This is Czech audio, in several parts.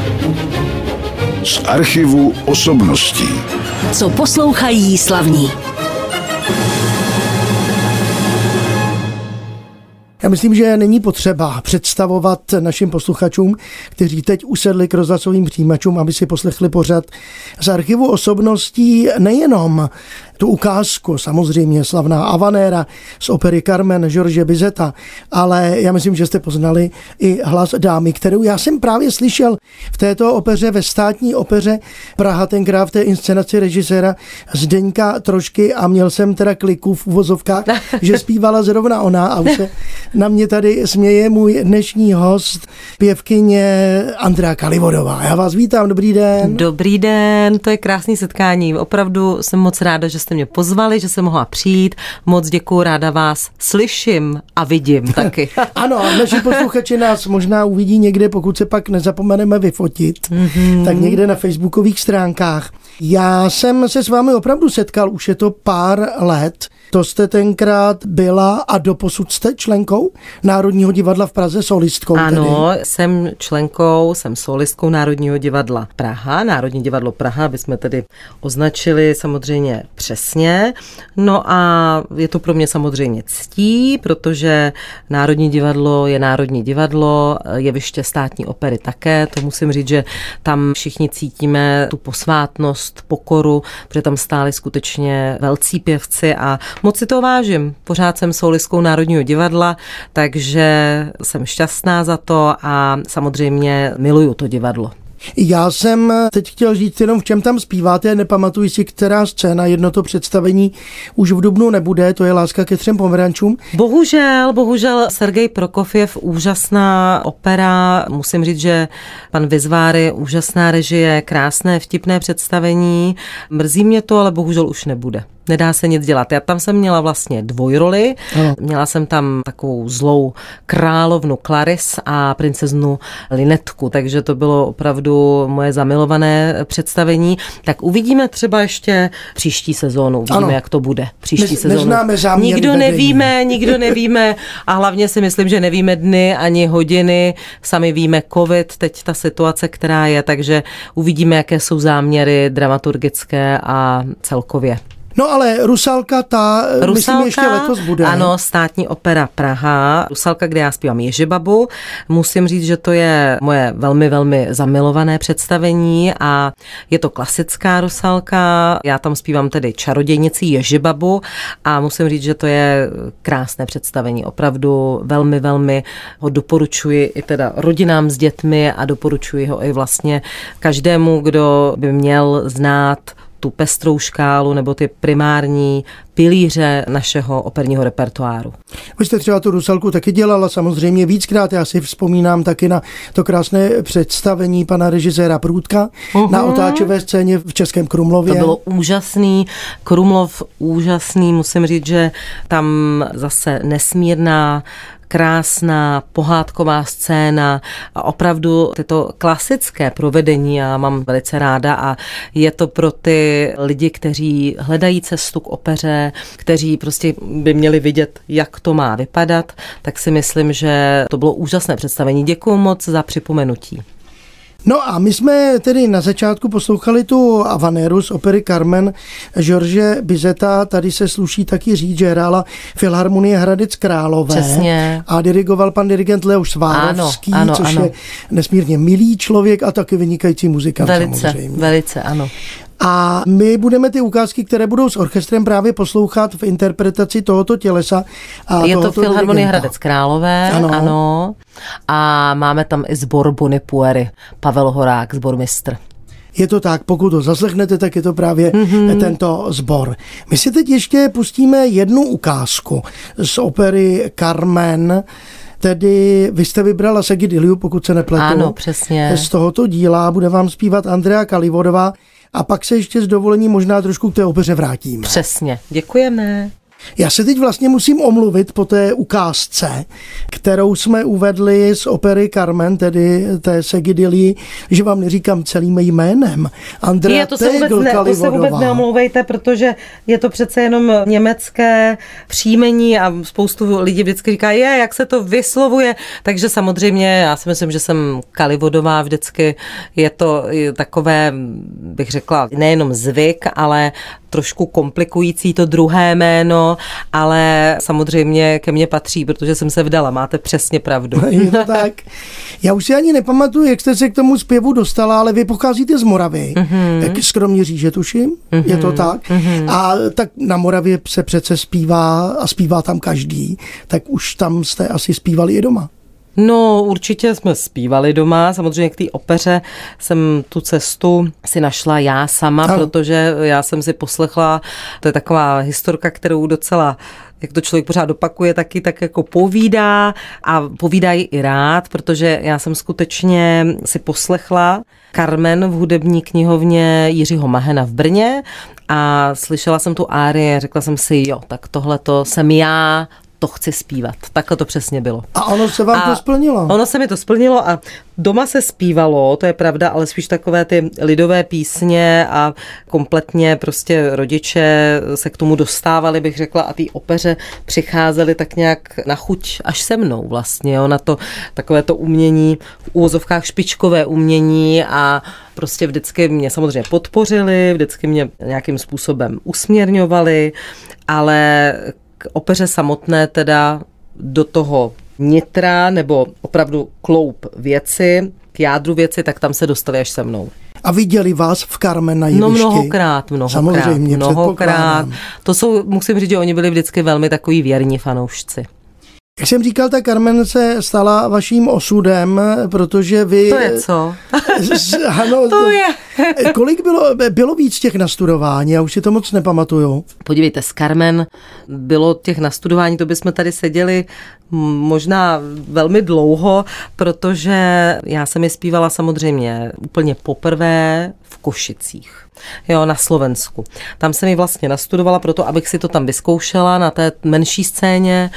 Z archivu osobností. Co poslouchají slavní. Já myslím, že není potřeba představovat našim posluchačům, kteří teď usedli k rozhlasovým přijímačům, aby si poslechli pořad z archivu osobností, nejenom tu ukázku, samozřejmě slavná Havanera z opery Carmen George Bizeta, ale já myslím, že jste poznali i hlas dámy, kterou já jsem právě slyšel v této opeře, ve státní opeře Praha, tenkrát v té inscenaci režiséra Zdeňka Trošky, a měl jsem teda kliku v uvozovkách, že zpívala zrovna ona, a už se na mě tady směje můj dnešní host, pěvkyně Andrea Kalivodová. Já vás vítám, dobrý den. Dobrý den, to je krásný setkání. Opravdu jsem moc ráda, že jste mě pozvali, že jsem mohla přijít. Moc děkuju, ráda vás slyším a vidím taky. Ano, naši posluchači nás možná uvidí někde, pokud se pak nezapomeneme vyfotit, tak někde na facebookových stránkách. Já jsem se s vámi opravdu setkal, už je to pár let. To jste tenkrát byla a doposud jste členkou Národního divadla v Praze, solistkou. Ano, jsem členkou, jsem solistkou Národního divadla Praha, Národní divadlo Praha, aby jsme tedy označili samozřejmě přesně. No a je to pro mě samozřejmě ctí, protože Národní divadlo je Národní divadlo, jeviště státní opery také, to musím říct, že tam všichni cítíme tu posvátnost, pokoru, protože tam stáli skutečně velcí pěvci a moc si to vážím. Pořád jsem solistkou Národního divadla, takže jsem šťastná za to a samozřejmě miluju to divadlo. Já jsem teď chtěl říct jenom, v čem tam zpíváte, nepamatuji si, která scéna, jedno to představení už v dubnu nebude, to je Láska ke 3 pomerančům. Bohužel Sergej Prokofjev, úžasná opera, musím říct, že pan Vizváry, úžasná režie, krásné, vtipné představení, mrzí mě to, ale bohužel už nebude. Nedá se nic dělat. Já tam jsem měla vlastně dvojroli. Měla jsem tam takovou zlou královnu Claris a princeznu Linetku, takže to bylo opravdu moje zamilované představení. Tak uvidíme třeba ještě příští sezónu. Uvidíme, jak to bude. Příští sezónu. Neznáme záměry Nikdo nevíme a hlavně si myslím, že nevíme dny ani hodiny. Sami víme covid, teď ta situace, která je, takže uvidíme, jaké jsou záměry dramaturgické a celkově. No ale Rusalka, myslím, ještě letos bude. Ano, státní opera Praha. Rusalka, kde já zpívám Ježibabu. Musím říct, že to je moje velmi, velmi zamilované představení a je to klasická Rusalka. Já tam zpívám tedy čarodějnici Ježibabu a musím říct, že to je krásné představení. Opravdu velmi, velmi ho doporučuji i teda rodinám s dětmi a doporučuji ho i vlastně každému, kdo by měl znát tu pestrou škálu nebo ty primární pilíře našeho operního repertoáru. Vy jste třeba tu Rusalku taky dělala samozřejmě víckrát, já si vzpomínám taky na to krásné představení pana režiséra Průdka na otáčové scéně v Českém Krumlově. To bylo úžasný, Krumlov úžasný, musím říct, že tam zase nesmírná krásná pohádková scéna a opravdu tyto klasické provedení já mám velice ráda a je to pro ty lidi, kteří hledají cestu k opeře, kteří prostě by měli vidět, jak to má vypadat, tak si myslím, že to bylo úžasné představení. Děkuju moc za připomenutí. No a my jsme tedy na začátku poslouchali tu Havaneru z opery Carmen George Bizeta. Tady se sluší taky říct, že hrála Filharmonie Hradec Králové. Přesně. A dirigoval pan dirigent Leoš Svárovský, což ano. je nesmírně milý člověk a taky vynikající muzikant samozřejmě. Velice, ano. A my budeme ty ukázky, které budou s orchestrem právě poslouchat v interpretaci tohoto tělesa. A je to Filharmonie Hradec Králové, ano. A máme tam i sbor Bonipuery, Pavel Horák, sbormistr. Je to tak, pokud to zaslechnete, tak je to právě tento sbor. My si teď ještě pustíme jednu ukázku z opery Carmen. Tedy vy jste vybrala Segidiliu, pokud se nepletu. Ano, přesně. Z tohoto díla bude vám zpívat Andrea Kalivodová a pak se ještě s dovolením možná trošku k té opeře vrátíme. Přesně, děkujeme. Já se teď vlastně musím omluvit po té ukázce, kterou jsme uvedli z opery Carmen, tedy té Segidilii, že vám neříkám celým jménem. Andrea To se vůbec neomlouvejte, protože je to přece jenom německé příjmení a spoustu lidí vždycky říká, jak se to vyslovuje. Takže samozřejmě já si myslím, že jsem Kalivodová vždycky. Je to takové, bych řekla, nejenom zvyk, ale trošku komplikující to druhé jméno, ale samozřejmě ke mně patří, protože jsem se vdala. Máte přesně pravdu. Je to tak. Já už si ani nepamatuju, jak jste se k tomu zpěvu dostala, ale vy pocházíte z Moravy. Z Kroměříže, tuším. Je to tak. A tak na Moravě se přece zpívá a zpívá tam každý. Tak už tam jste asi zpívali i doma. No, určitě jsme zpívali doma, samozřejmě k té opeře jsem tu cestu si našla já sama, protože já jsem si poslechla, to je taková historka, kterou docela, jak to člověk pořád opakuje, taky tak jako povídá a povídá ji i rád, protože já jsem skutečně si poslechla Carmen v hudební knihovně Jiřího Mahena v Brně a slyšela jsem tu árii, řekla jsem si, tak tohleto jsem já, to chci zpívat. Takhle to přesně bylo. A ono se vám to splnilo? Ono se mi to splnilo a doma se zpívalo, to je pravda, ale spíš takové ty lidové písně a kompletně prostě rodiče se k tomu dostávali, bych řekla, a té opeře přicházeli tak nějak na chuť až se mnou vlastně, na to takové to umění, v úvozovkách špičkové umění a prostě vždycky mě samozřejmě podpořili, vždycky mě nějakým způsobem usměrňovali, ale k opeře samotné teda do toho nitra nebo opravdu kloub věci, k jádru věci, tak tam se dostali až se mnou. A viděli vás v Carmen na jevišti? No mnohokrát. Samozřejmě, mnohokrát. To jsou, musím říct, že oni byli vždycky velmi takový věrní fanoušci. Jak jsem říkal, ta Carmen se stala vaším osudem, protože vy... To je co? Ano, to je. Kolik bylo víc těch nastudování? Já už si to moc nepamatuju. Podívejte, s Carmen bylo těch nastudování, to bychom tady seděli možná velmi dlouho, protože já jsem je zpívala samozřejmě úplně poprvé v Košicích. Na Slovensku. Tam jsem ji vlastně nastudovala proto, abych si to tam vyzkoušela na té menší scéně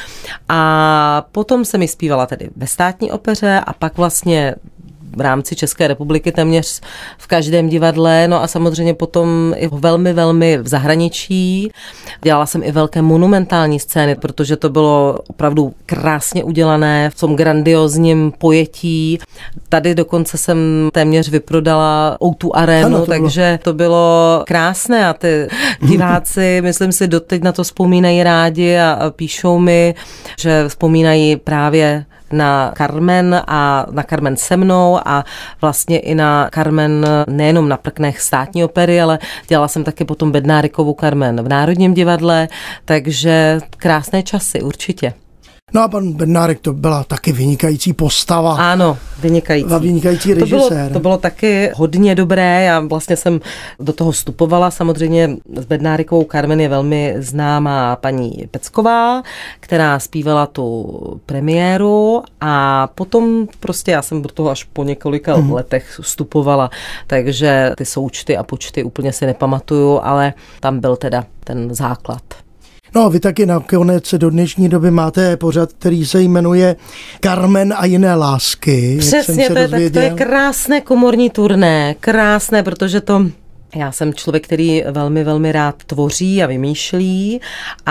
a potom jsem ji zpívala tedy ve státní opeře a pak vlastně v rámci České republiky téměř v každém divadle, no a samozřejmě potom i velmi, velmi v zahraničí. Dělala jsem i velké monumentální scény, protože to bylo opravdu krásně udělané v tom grandiozním pojetí. Tady dokonce jsem téměř vyprodala O2 Arenu, takže to bylo krásné a ty diváci, myslím si, doteď na to vzpomínají rádi a píšou mi, že vzpomínají právě na Carmen a na Carmen se mnou a vlastně i na Carmen nejenom na prknech státní opery, ale dělala jsem taky potom Bednárikovu Carmen v Národním divadle, takže krásné časy určitě. No a pan Bednárek to byla taky vynikající postava. Ano, vynikající. A vynikající režisér. To bylo taky hodně dobré. Já vlastně jsem do toho vstupovala. Samozřejmě s Bednárikovou Carmen je velmi známá paní Pecková, která zpívala tu premiéru a potom prostě já jsem do toho až po několika letech vstupovala, takže ty součty a počty úplně si nepamatuju, ale tam byl teda ten základ. No, vy taky nakonec do dnešní doby máte pořad, který se jmenuje Carmen a jiné lásky. Přesně, to je krásné komorní turné, krásné, protože to... Já jsem člověk, který velmi, velmi rád tvoří a vymýšlí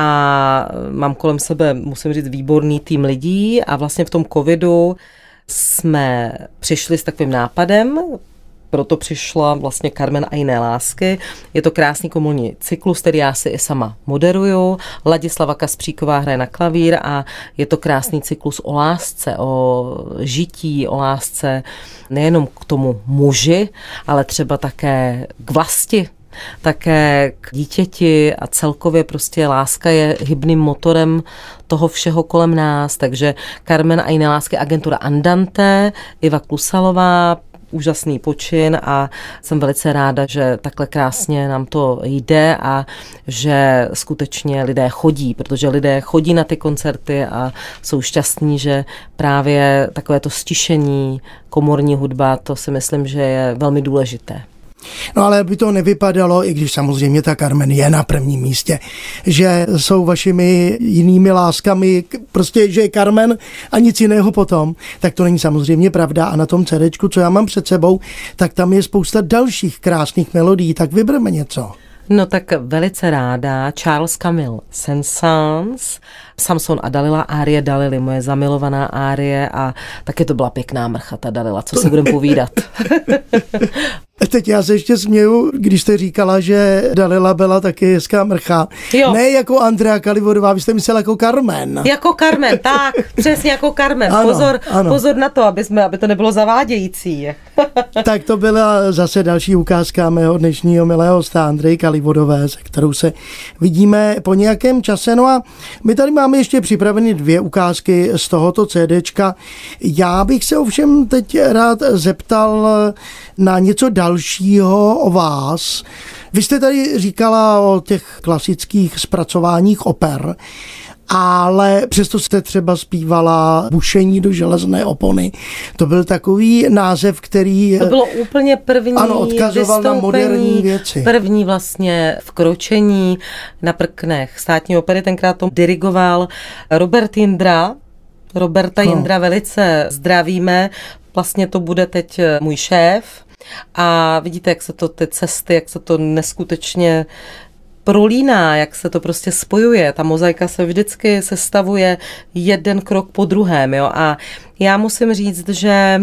a mám kolem sebe, musím říct, výborný tým lidí a vlastně v tom covidu jsme přišli s takovým nápadem, proto přišla vlastně Carmen a jiné lásky. Je to krásný komorní cyklus, který já si i sama moderuju. Ladislava Kaspříková hraje na klavír a je to krásný cyklus o lásce, o žití, o lásce nejenom k tomu muži, ale třeba také k vlasti, také k dítěti a celkově prostě láska je hybným motorem toho všeho kolem nás. Takže Carmen a jiné lásky, agentura Andante, Iva Klusalová, úžasný počin a jsem velice ráda, že takhle krásně nám to jde a že skutečně lidé chodí, protože lidé chodí na ty koncerty a jsou šťastní, že právě takové to stišení, komorní hudba, to si myslím, že je velmi důležité. No ale by to nevypadalo, i když samozřejmě ta Carmen je na prvním místě, že jsou vašimi jinými láskami, prostě, že je Carmen a nic jiného potom, tak to není samozřejmě pravda a na tom CDčku, co já mám před sebou, tak tam je spousta dalších krásných melodií, tak vybereme něco. No tak velice ráda Charles Camille Saint-Saëns, Samson a Dalila, árie Dalily, moje zamilovaná árie a taky to byla pěkná mrcha ta Dalila, co si budeme povídat. Teď já se ještě směju, když jste říkala, že Dalila byla taky hezká mrcha. Jo. Ne jako Andrea Kalivodová, vy jste myslela jako Carmen. Jako Carmen, tak, přesně jako Carmen. Ano, pozor na to, aby to nebylo zavádějící. Tak to byla zase další ukázka mého dnešního milého hosta Andreji Kalivodové, se kterou se vidíme po nějakém čase. No a my tady máme ještě připraveny 2 ukázky z tohoto CDčka. Já bych se ovšem teď rád zeptal na něco dalšího o vás. Vy jste tady říkala o těch klasických zpracováních oper, ale přesto jste třeba zpívala Bušení do železné opony. To byl takový název, který... To bylo úplně první odkazoval na moderní věci. První vlastně vkročení na prknech Státní opery. Tenkrát to dirigoval Robert Jindra. Roberta Jindra velice zdravíme. Vlastně to bude teď můj šéf. A vidíte, jak se to ty cesty, jak se to neskutečně prolíná, jak se to prostě spojuje. Ta mozaika se vždycky sestavuje jeden krok po druhém. Jo? A já musím říct, že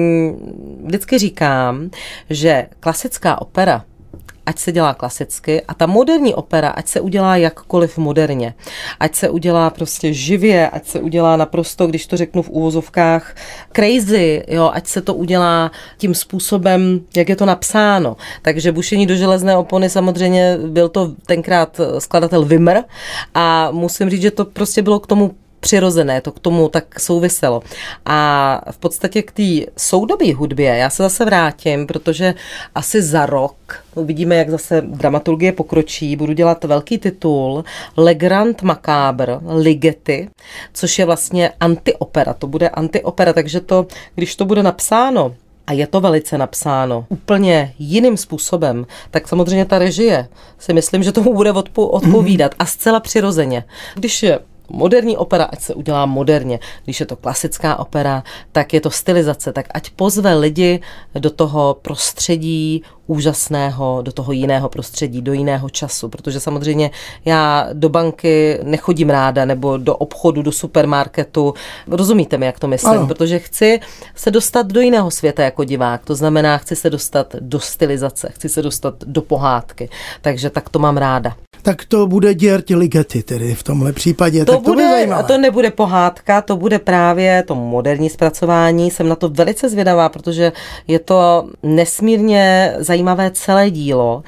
vždycky říkám, že klasická opera, ať se dělá klasicky, a ta moderní opera, ať se udělá jakkoliv moderně, ať se udělá prostě živě, ať se udělá naprosto, když to řeknu v úvozovkách, crazy, jo, ať se to udělá tím způsobem, jak je to napsáno. Takže Bušení do železné opony, samozřejmě byl to tenkrát skladatel Wimmer a musím říct, že to prostě bylo k tomu přirozené, to k tomu tak souviselo. A v podstatě k té soudobé hudbě já se zase vrátím, protože asi za rok uvidíme, jak zase dramaturgie pokročí. Budu dělat velký titul Le Grand Macabre, Ligeti, což je vlastně antiopera. To bude antiopera, takže to, když to bude napsáno, a je to velice napsáno úplně jiným způsobem, tak samozřejmě ta režie si myslím, že tomu bude odpovídat a zcela přirozeně. Když je moderní opera, ať se udělá moderně. Když je to klasická opera, tak je to stylizace, tak ať pozve lidi do toho prostředí úžasného, do toho jiného prostředí, do jiného času, protože samozřejmě já do banky nechodím ráda, nebo do obchodu, do supermarketu. Rozumíte mi, jak to myslím? Ano. Protože chci se dostat do jiného světa jako divák. To znamená, chci se dostat do stylizace, chci se dostat do pohádky. Takže tak to mám ráda. Tak to bude György Ligeti tedy v tomhle případě. To nebude pohádka, to bude právě to moderní zpracování. Jsem na to velice zvědavá, protože je to nesmírně zajímavé celé dílo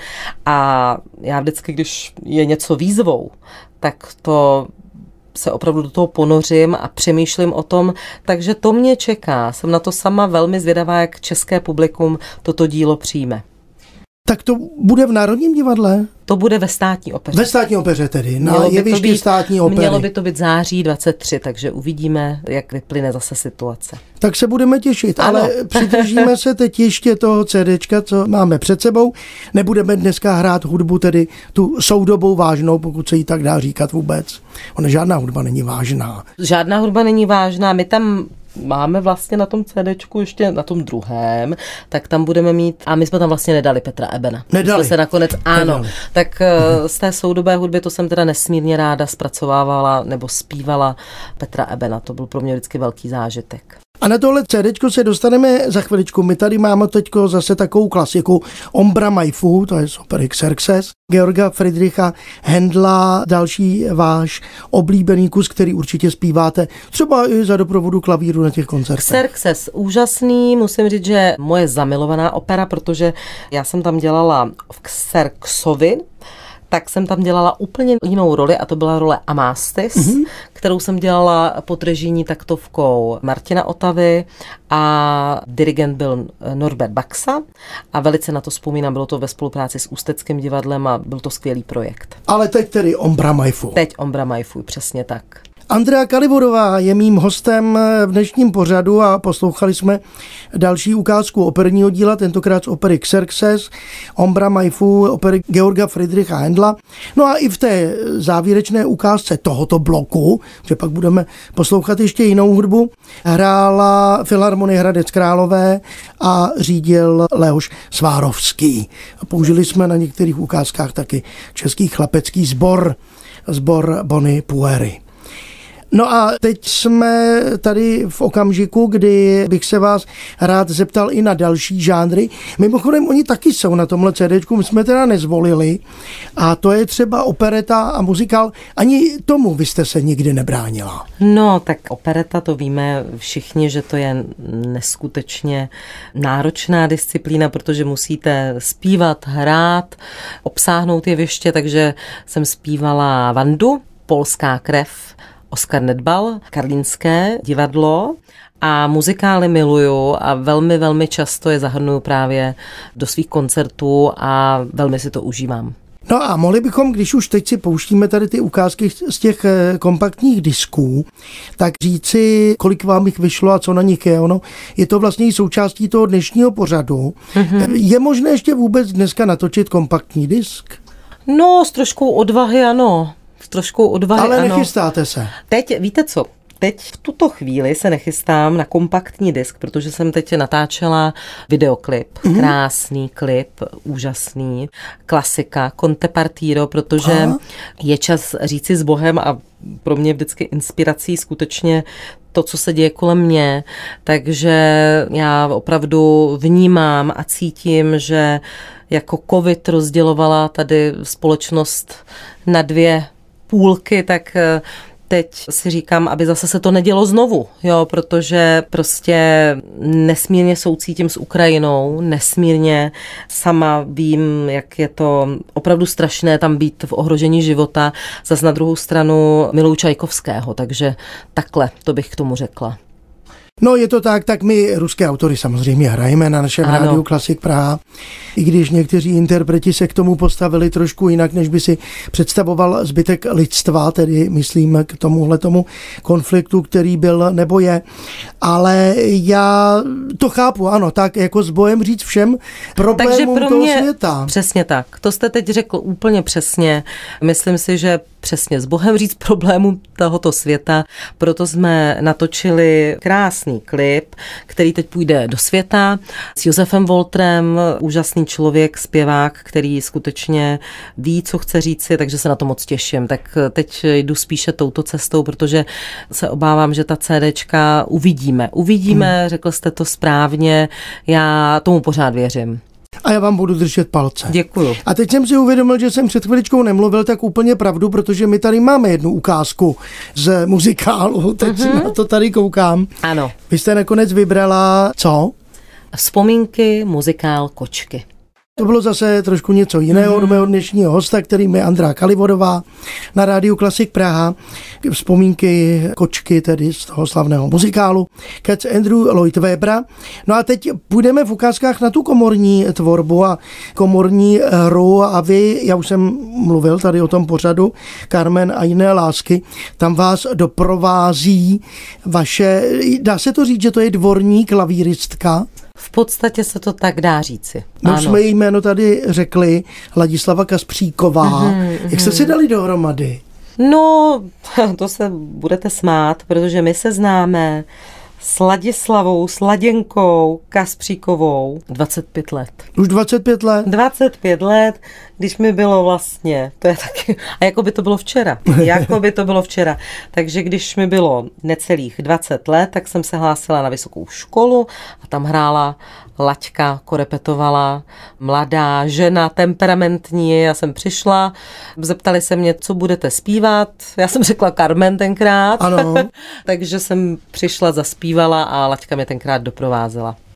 a já vždycky, když je něco výzvou, tak to se opravdu do toho ponořím a přemýšlím o tom, takže to mě čeká. Jsem na to sama velmi zvědavá, jak české publikum toto dílo přijme. Tak to bude v Národním divadle? To bude ve Státní opeře. Ve Státní opeře tedy, na jevišti Státní opery. Mělo by to být září 23, takže uvidíme, jak vyplyne zase situace. Tak se budeme těšit, ano. Ale přidržíme se teď ještě toho CDčka, co máme před sebou. Nebudeme dneska hrát hudbu, tedy tu soudobou vážnou, pokud se jí tak dá říkat vůbec. Ona žádná hudba není vážná. Žádná hudba není vážná, my tam máme vlastně na tom CDčku ještě na tom druhém, tak tam budeme mít, a my jsme tam vlastně nedali Petra Ebena. Nedali. Jsme se nakonec, ano, nedali. Tak z té soudobé hudby to jsem teda nesmírně ráda zpracovávala nebo zpívala Petra Ebena, to byl pro mě vždycky velký zážitek. A na tohle CDčko se dostaneme za chviličku. My tady máme teďko zase takovou klasiku Ombra Maifu, to je z opery Xerxes, Georga Friedricha Händla, další váš oblíbený kus, který určitě zpíváte třeba i za doprovodu klavíru na těch koncertech. Xerxes, úžasný, musím říct, že moje zamilovaná opera, protože já jsem tam dělala v Xerxovi, tak jsem tam dělala úplně jinou roli a to byla role Amastis, kterou jsem dělala pod režijní taktovkou Martina Otavy a dirigent byl Norbert Baxa a velice na to vzpomínám, bylo to ve spolupráci s Ústeckým divadlem a byl to skvělý projekt. Ale teď tedy Ombra Maifu. Teď Ombra Maifu, přesně tak. Andrea Kalivodová je mým hostem v dnešním pořadu a poslouchali jsme další ukázku operního díla, tentokrát z opery Xerxes, Ombra Majfu, opery Georga Friedricha Händla. No a i v té závěrečné ukázce tohoto bloku, že pak budeme poslouchat ještě jinou hudbu, hrála Filharmonie Hradec Králové a řídil Leoš Svárovský. A použili jsme na některých ukázkách taky český chlapecký sbor Bony Puery. No a teď jsme tady v okamžiku, kdy bych se vás rád zeptal i na další žánry. Mimochodem, oni taky jsou na tomhle CDčku, my jsme teda nezvolili. A to je třeba opereta a muzikál. Ani tomu vy jste se nikdy nebránila. No, tak opereta, to víme všichni, že to je neskutečně náročná disciplína, protože musíte zpívat, hrát, obsáhnout jeviště, takže jsem zpívala Vandu, Polská krev, Oskar Nedbal, Karlínské divadlo a muzikály miluju a velmi, velmi často je zahrnuju právě do svých koncertů a velmi si to užívám. No a mohli bychom, když už teď si pouštíme tady ty ukázky z těch kompaktních disků, tak říci, kolik vám jich vyšlo a co na nich je. Ono je to vlastně i součástí toho dnešního pořadu. Mm-hmm. Je možné ještě vůbec dneska natočit kompaktní disk? No, s troškou odvahy ano. Ale nechystáte se. Teď, víte co? Teď v tuto chvíli se nechystám na kompaktní disk, protože jsem teď natáčela videoklip. Krásný klip, úžasný, klasika, Conte Partiro, protože je čas říci s Bohem a pro mě vždycky inspirací skutečně to, co se děje kolem mě. Takže já opravdu vnímám a cítím, že jako covid rozdělovala tady společnost na dvě půlky, tak teď si říkám, aby zase se to nedělo znovu, jo, protože prostě nesmírně soucítím s Ukrajinou, nesmírně sama vím, jak je to opravdu strašné tam být v ohrožení života, zase na druhou stranu miluji Čajkovského, takže takhle to bych k tomu řekla. No je to tak my ruské autory samozřejmě hrajeme na našem rádiu Klasik Praha, i když někteří interpreti se k tomu postavili trošku jinak, než by si představoval zbytek lidstva, tedy myslím k tomuhletomu konfliktu, který byl nebo je. Ale já to chápu, ano, tak jako s bojem říct všem problémům toho světa. Přesně tak, to jste teď řekl úplně přesně. Myslím si, že přesně s Bohem říct problémů tohoto světa, proto jsme natočili krásný klip, který teď půjde do světa s Josefem Woltrem, úžasný člověk, zpěvák, který skutečně ví, co chce říci, takže se na to moc těším. Tak teď jdu spíše touto cestou, protože se obávám, že ta CDčka uvidíme, řekl jste to správně, já tomu pořád věřím. A já vám budu držet palce. Děkuju. A teď jsem si uvědomil, že jsem před chviličkou nemluvil tak úplně pravdu, protože my tady máme jednu ukázku z muzikálu. Teď si na to tady koukám. Ano. Vy jste nakonec vybrala co? Vzpomínky, muzikál Kočky. To bylo zase trošku něco jiného od mého dnešního hosta, kterým je Andrea Kalivodová na rádiu Klasik Praha. Vzpomínky Kočky, tedy z toho slavného muzikálu Cats Andrew Lloyd Webbera. No a teď půjdeme v ukázkách na tu komorní tvorbu a komorní hru a vy, já už jsem mluvil tady o tom pořadu Carmen a jiné lásky, tam vás doprovází vaše, dá se to říct, že to je dvorní klavíristka? V podstatě se to tak dá říci. No jsme její jméno tady řekli, Ladislava Kaspříková. Jak jste si dali dohromady? No, to se budete smát, protože my se známe s Ladislavou, s Laděnkou Kaspříkovou 25 let. Už 25 let? 25 let, když mi bylo vlastně, to je taky, a jako by to bylo včera. Takže když mi bylo necelých 20 let, tak jsem se hlásila na vysokou školu a tam hrála Laďka, korepetovala, mladá žena, temperamentní, já jsem přišla, zeptali se mě, co budete zpívat, já jsem řekla Carmen tenkrát, ano. takže jsem přišla, zaspívala a Laďka mě tenkrát doprovázela.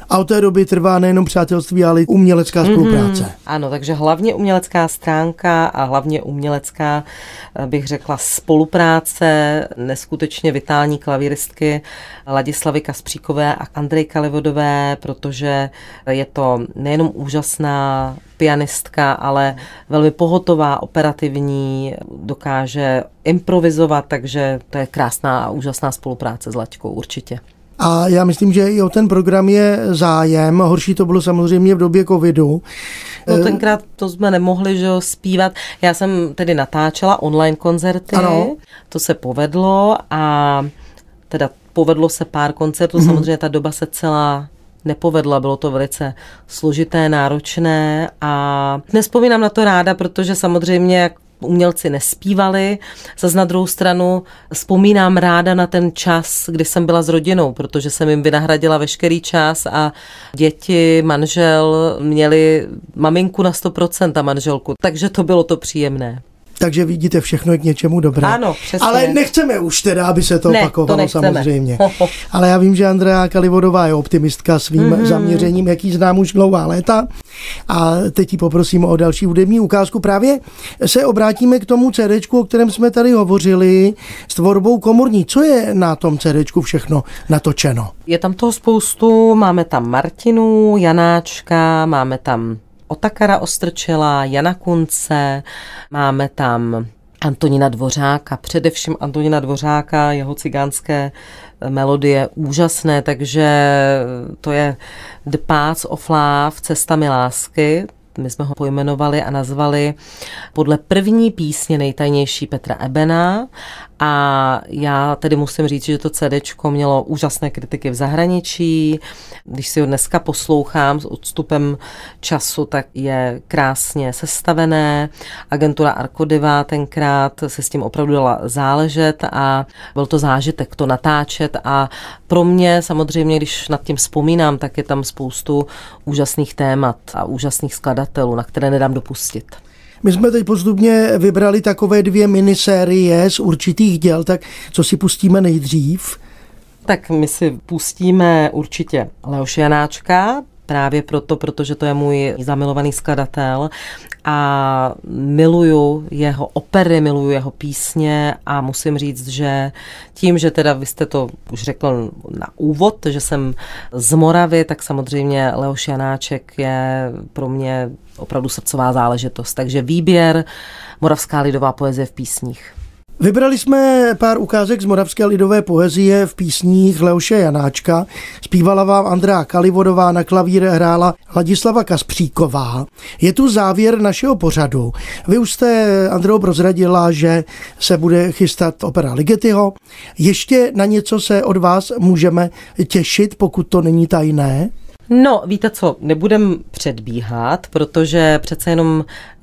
A od té doby trvá nejenom přátelství, ale i umělecká spolupráce. Ano, takže hlavně umělecká stránka a hlavně umělecká, bych řekla, spolupráce neskutečně vitální klavíristky Ladislavy Kaspříkové a Andreji Kalivodové, protože je to nejenom úžasná pianistka, ale velmi pohotová, operativní, dokáže improvizovat, takže to je krásná a úžasná spolupráce s Laďkou určitě. A já myslím, že i o ten program je zájem. Horší to bylo samozřejmě v době covidu. No tenkrát to jsme nemohli, že jo, zpívat. Já jsem tedy natáčela online koncerty. Ano. To se povedlo a teda povedlo se pár koncertů. Samozřejmě ta doba se celá nepovedla, bylo to velice složité, náročné a nespomínám na to ráda, protože samozřejmě jak umělci nespívali. Zas na druhou stranu vzpomínám ráda na ten čas, kdy jsem byla s rodinou, protože jsem jim vynahradila veškerý čas a děti, manžel měli maminku na 100% a manželku, takže to bylo to příjemné. Takže vidíte, všechno je k něčemu dobré. Ano, přesně. Ale nechceme už teda, aby se to opakovalo, to samozřejmě. Ale já vím, že Andrea Kalivodová je optimistka svým zaměřením, jaký znám už dlouhá léta. A teď ji poprosím o další hudební ukázku. Právě se obrátíme k tomu CDčku, o kterém jsme tady hovořili, s tvorbou komorní. Co je na tom CDčku všechno natočeno? Je tam toho spoustu, máme tam Martinu, Janáčka, máme tam Otakara Ostrčela, Jana Kunce, máme tam Antonína Dvořáka, především Antonína Dvořáka, jeho cigánské melodie úžasné, takže to je The Paths of Love, Cestami lásky. My jsme ho pojmenovali a nazvali podle první písně nejtajnější Petra Ebena a já tedy musím říct, že to CDčko mělo úžasné kritiky v zahraničí. Když si ho dneska poslouchám s odstupem času, tak je krásně sestavené. Agentura Arcodiva tenkrát se s tím opravdu dala záležet a byl to zážitek to natáčet a pro mě samozřejmě, když nad tím vzpomínám, tak je tam spoustu úžasných témat a úžasných skladatelů, na které nedám dopustit. My jsme teď postupně vybrali takové 2 minisérie z určitých děl, tak co si pustíme nejdřív? Tak my si pustíme určitě Leoše Janáčka, právě protože to je můj zamilovaný skladatel a miluju jeho opery, miluju jeho písně a musím říct, že tím, že teda vy jste to už řekl na úvod, že jsem z Moravy, tak samozřejmě Leoš Janáček je pro mě opravdu srdcová záležitost. Takže výběr Moravská lidová poezie v písních. Vybrali jsme pár ukázek z moravské lidové poezie v písních Leoše Janáčka. Zpívala vám Andrea Kalivodová, na klavír hrála Ladislava Kaspříková. Je tu závěr našeho pořadu. Vy už jste, Andreo, prozradila, že se bude chystat opera Ligetiho. Ještě na něco se od vás můžeme těšit, pokud to není tajné? No, víte co, nebudem předbíhat, protože přece jenom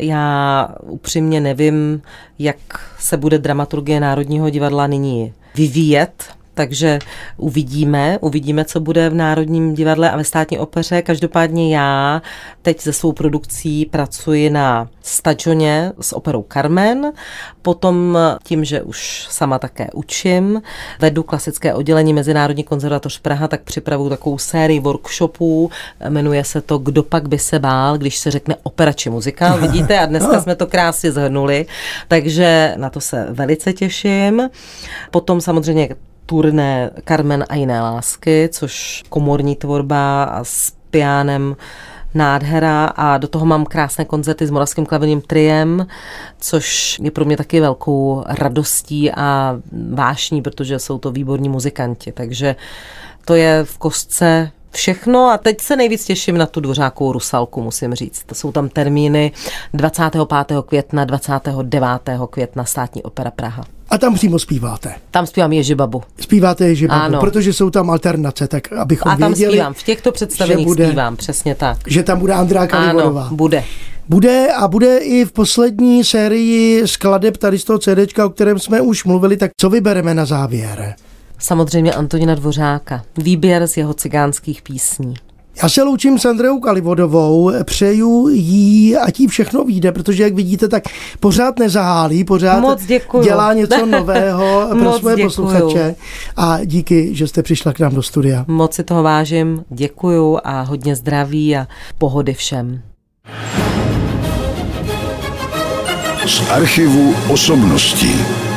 já upřímně nevím, jak se bude dramaturgie Národního divadla nyní vyvíjet, takže uvidíme, co bude v Národním divadle a ve Státní opeře. Každopádně já teď se svou produkcí pracuji na stadioně s operou Carmen, potom tím, že už sama také učím, vedu klasické oddělení Mezinárodní konzervatoř Praha, tak připravuju takovou sérii workshopů, jmenuje se to Kdo pak by se bál, když se řekne opera či muzikál, vidíte, a dneska jsme to krásně shrnuli, takže na to se velice těším. Potom samozřejmě turné Carmen a jiné lásky, což komorní tvorba a s pianem nádhera a do toho mám krásné koncerty s Moravským klavirním triem, což je pro mě taky velkou radostí a vášní, protože jsou to výborní muzikanti, takže to je v kostce všechno a teď se nejvíc těším na tu Dvořákovou Rusalku, musím říct. To jsou tam termíny 25. května, 29. května Státní opera Praha. A tam přímo zpíváte? Tam zpívám Ježibabu. Zpíváte Ježibabu, protože jsou tam alternace, tak abychom věděli. A tam zpívám, v těchto představeních zpívám, přesně tak. Že tam bude Andrea Kalivodová. Ano, bude. Bude i v poslední sérii skladeb tady z toho CDčka, o kterém jsme už mluvili, tak co vybereme na závěr? Samozřejmě Antonína Dvořáka. Výběr z jeho cigánských písní. Já se loučím s Andreou Kalivodovou, přeju jí, ať jí všechno vyjde, protože jak vidíte, tak pořád nezahálí, pořád dělá něco nového pro svoje posluchače a díky, že jste přišla k nám do studia. Moc si toho vážím, děkuju a hodně zdraví a pohody všem. Z archivu osobností.